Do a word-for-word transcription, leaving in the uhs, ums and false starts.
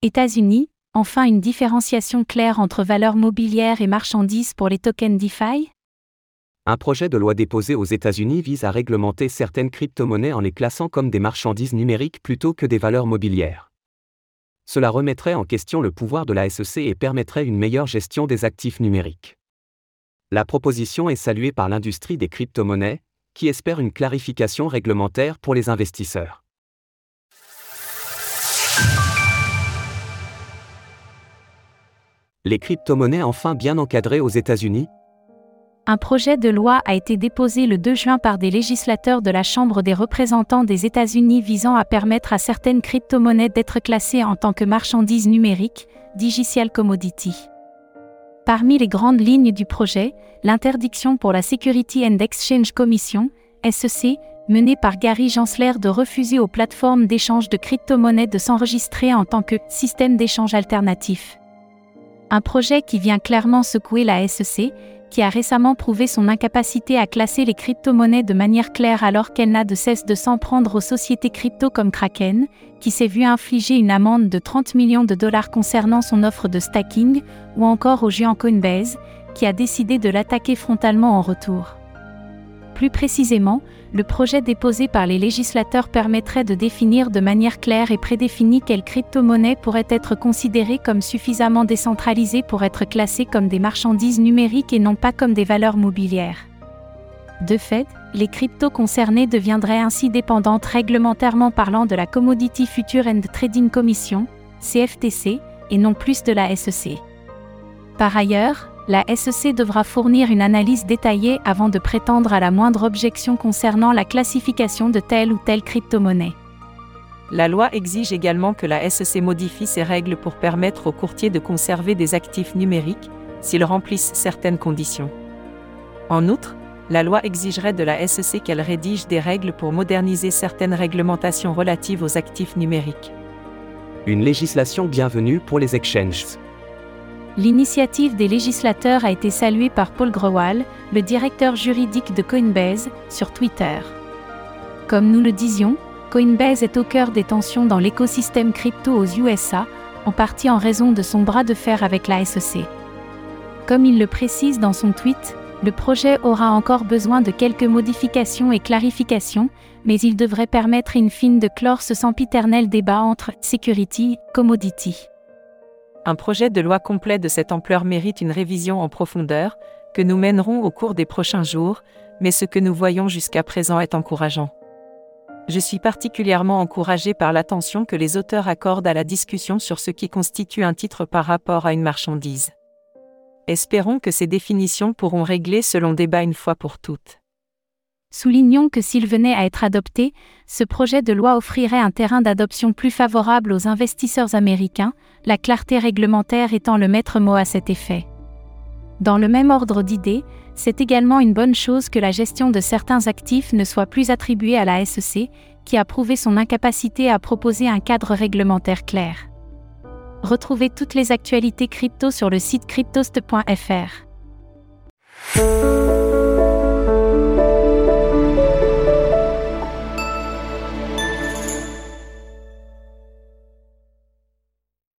États-Unis, enfin une différenciation claire entre valeurs mobilières et marchandises pour les tokens DeFi? Un projet de loi déposé aux États-Unis vise à réglementer certaines crypto-monnaies en les classant comme des marchandises numériques plutôt que des valeurs mobilières. Cela remettrait en question le pouvoir de la S E C et permettrait une meilleure gestion des actifs numériques. La proposition est saluée par l'industrie des crypto-monnaies, qui espère une clarification réglementaire pour les investisseurs. Les crypto-monnaies enfin bien encadrées aux États-Unis? Un projet de loi a été déposé le deux juin par des législateurs de la Chambre des représentants des États-Unis visant à permettre à certaines crypto-monnaies d'être classées en tant que marchandises numériques, Digital Commodity. Parmi les grandes lignes du projet, l'interdiction pour la Security and Exchange Commission, S E C, menée par Gary Gensler de refuser aux plateformes d'échange de crypto-monnaies de s'enregistrer en tant que système d'échange alternatif. Un projet qui vient clairement secouer la S E C, qui a récemment prouvé son incapacité à classer les crypto-monnaies de manière claire alors qu'elle n'a de cesse de s'en prendre aux sociétés crypto comme Kraken, qui s'est vu infliger une amende de trente millions de dollars concernant son offre de stacking, ou encore au géant Coinbase, qui a décidé de l'attaquer frontalement en retour. Plus précisément, le projet déposé par les législateurs permettrait de définir de manière claire et prédéfinie quelles crypto-monnaies pourraient être considérées comme suffisamment décentralisées pour être classées comme des marchandises numériques et non pas comme des valeurs mobilières. De fait, les cryptos concernées deviendraient ainsi dépendantes réglementairement parlant de la Commodity Future and Trading Commission, C F T C, et non plus de la S E C. Par ailleurs, la S E C devra fournir une analyse détaillée avant de prétendre à la moindre objection concernant la classification de telle ou telle crypto-monnaie. La loi exige également que la S E C modifie ses règles pour permettre aux courtiers de conserver des actifs numériques, s'ils remplissent certaines conditions. En outre, la loi exigerait de la S E C qu'elle rédige des règles pour moderniser certaines réglementations relatives aux actifs numériques. Une législation bienvenue pour les exchanges. L'initiative des législateurs a été saluée par Paul Grewal, le directeur juridique de Coinbase, sur Twitter. Comme nous le disions, Coinbase est au cœur des tensions dans l'écosystème crypto aux U S A, en partie en raison de son bras de fer avec la S E C. Comme il le précise dans son tweet, le projet aura encore besoin de quelques modifications et clarifications, mais il devrait permettre in fine de clore ce sempiternel débat entre « security » et « commodity ». Un projet de loi complet de cette ampleur mérite une révision en profondeur, que nous mènerons au cours des prochains jours, mais ce que nous voyons jusqu'à présent est encourageant. Je suis particulièrement encouragé par l'attention que les auteurs accordent à la discussion sur ce qui constitue un titre par rapport à une marchandise. Espérons que ces définitions pourront régler ce long débat une fois pour toutes. Soulignons que s'il venait à être adopté, ce projet de loi offrirait un terrain d'adoption plus favorable aux investisseurs américains, la clarté réglementaire étant le maître mot à cet effet. Dans le même ordre d'idées, c'est également une bonne chose que la gestion de certains actifs ne soit plus attribuée à la S E C, qui a prouvé son incapacité à proposer un cadre réglementaire clair. Retrouvez toutes les actualités crypto sur le site cryptost point f r.